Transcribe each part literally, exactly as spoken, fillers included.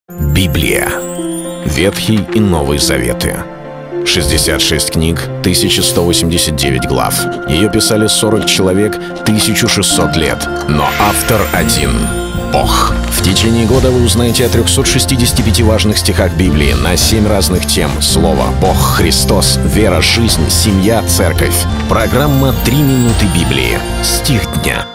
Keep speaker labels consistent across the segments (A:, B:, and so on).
A: Библия. Ветхий и Новый Заветы. шестьдесят шесть книг, тысяча сто восемьдесят девять глав. Ее писали сорок человек, тысяча шестьсот лет. Но автор один — Бог. В течение года вы узнаете о трёхстах шестидесяти пяти важных стихах Библии на семь разных тем. Слово, Бог, Христос, вера, жизнь, семья, церковь. Программа «Три минуты Библии». Стих дня.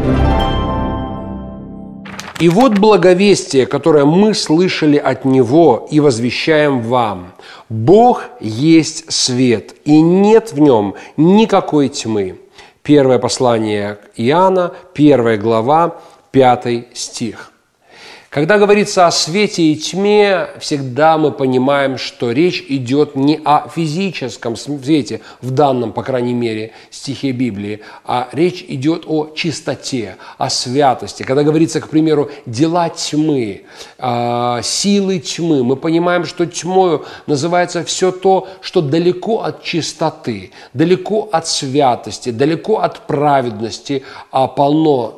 B: И вот благовестие, которое мы слышали от Него и возвещаем вам. Бог есть свет, и нет в нем никакой тьмы. Первое послание Иоанна, первая глава, пятый стих. Когда говорится о свете и тьме, всегда мы понимаем, что речь идет не о физическом свете, в данном, по крайней мере, стихе Библии, а речь идет о чистоте, о святости. Когда говорится, к примеру, дела тьмы, силы тьмы, мы понимаем, что тьмою называется все то, что далеко от чистоты, далеко от святости, далеко от праведности, а полно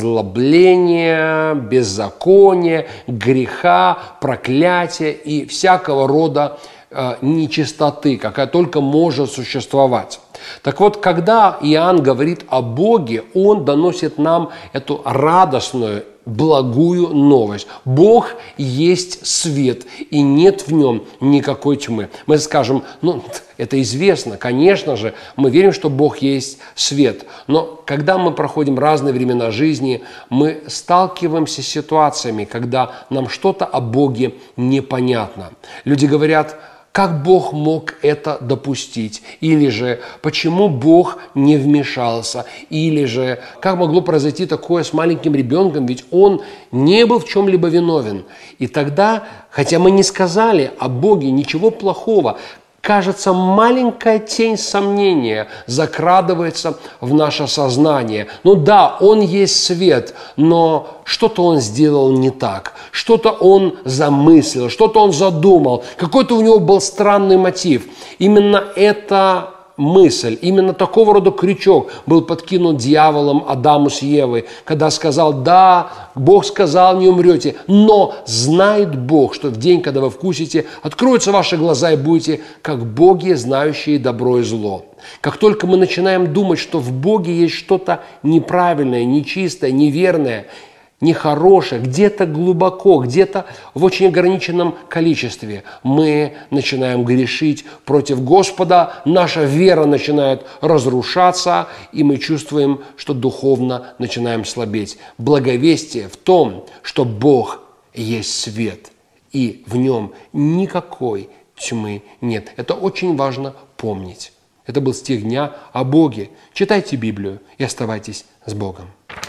B: озлобления, беззакония, греха, проклятия и всякого рода э, нечистоты, какая только может существовать. Так вот, когда Иоанн говорит о Боге, он доносит нам эту радостную, благую новость. Бог есть свет, и нет в нем никакой тьмы. Мы скажем, ну, это известно, конечно же, мы верим, что Бог есть свет. Но когда мы проходим разные времена жизни, мы сталкиваемся с ситуациями, когда нам что-то о Боге непонятно. Люди говорят: как Бог мог это допустить? Или же, почему Бог не вмешался? Или же, как могло произойти такое с маленьким ребенком? Ведь он не был в чем-либо виновен. И тогда, хотя мы не сказали о Боге ничего плохого, кажется, маленькая тень сомнения закрадывается в наше сознание. Ну да, Он есть свет, но что-то Он сделал не так, что-то Он замыслил, что-то Он задумал, какой-то у Него был странный мотив. Именно эта мысль, именно такого рода крючок был подкинут дьяволом Адаму с Евой, когда сказал: да, Бог сказал, не умрете, но знает Бог, что в день, когда вы вкусите, откроются ваши глаза и будете как боги, знающие добро и зло. Как только мы начинаем думать, что в Боге есть что-то неправильное, нечистое, неверное, нехорошее, где-то глубоко, где-то в очень ограниченном количестве, мы начинаем грешить против Господа, наша вера начинает разрушаться, и мы чувствуем, что духовно начинаем слабеть. Благовестие в том, что Бог есть свет, и в нем никакой тьмы нет. Это очень важно помнить. Это был стих дня о Боге. Читайте Библию и оставайтесь с Богом.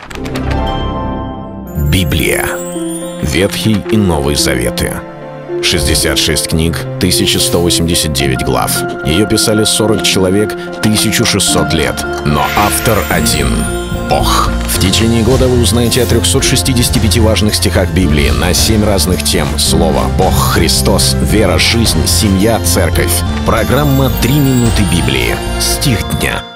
A: Библия. Ветхий и Новый Заветы. шестьдесят шесть книг, тысяча сто восемьдесят девять глав. Ее писали сорок человек, тысяча шестьсот лет. Но автор один — Бог. В течение года вы узнаете о трёхстах шестидесяти пяти важных стихах Библии на семь разных тем. Слово, Бог, Христос, вера, жизнь, семья, церковь. Программа «Три минуты Библии». Стих дня.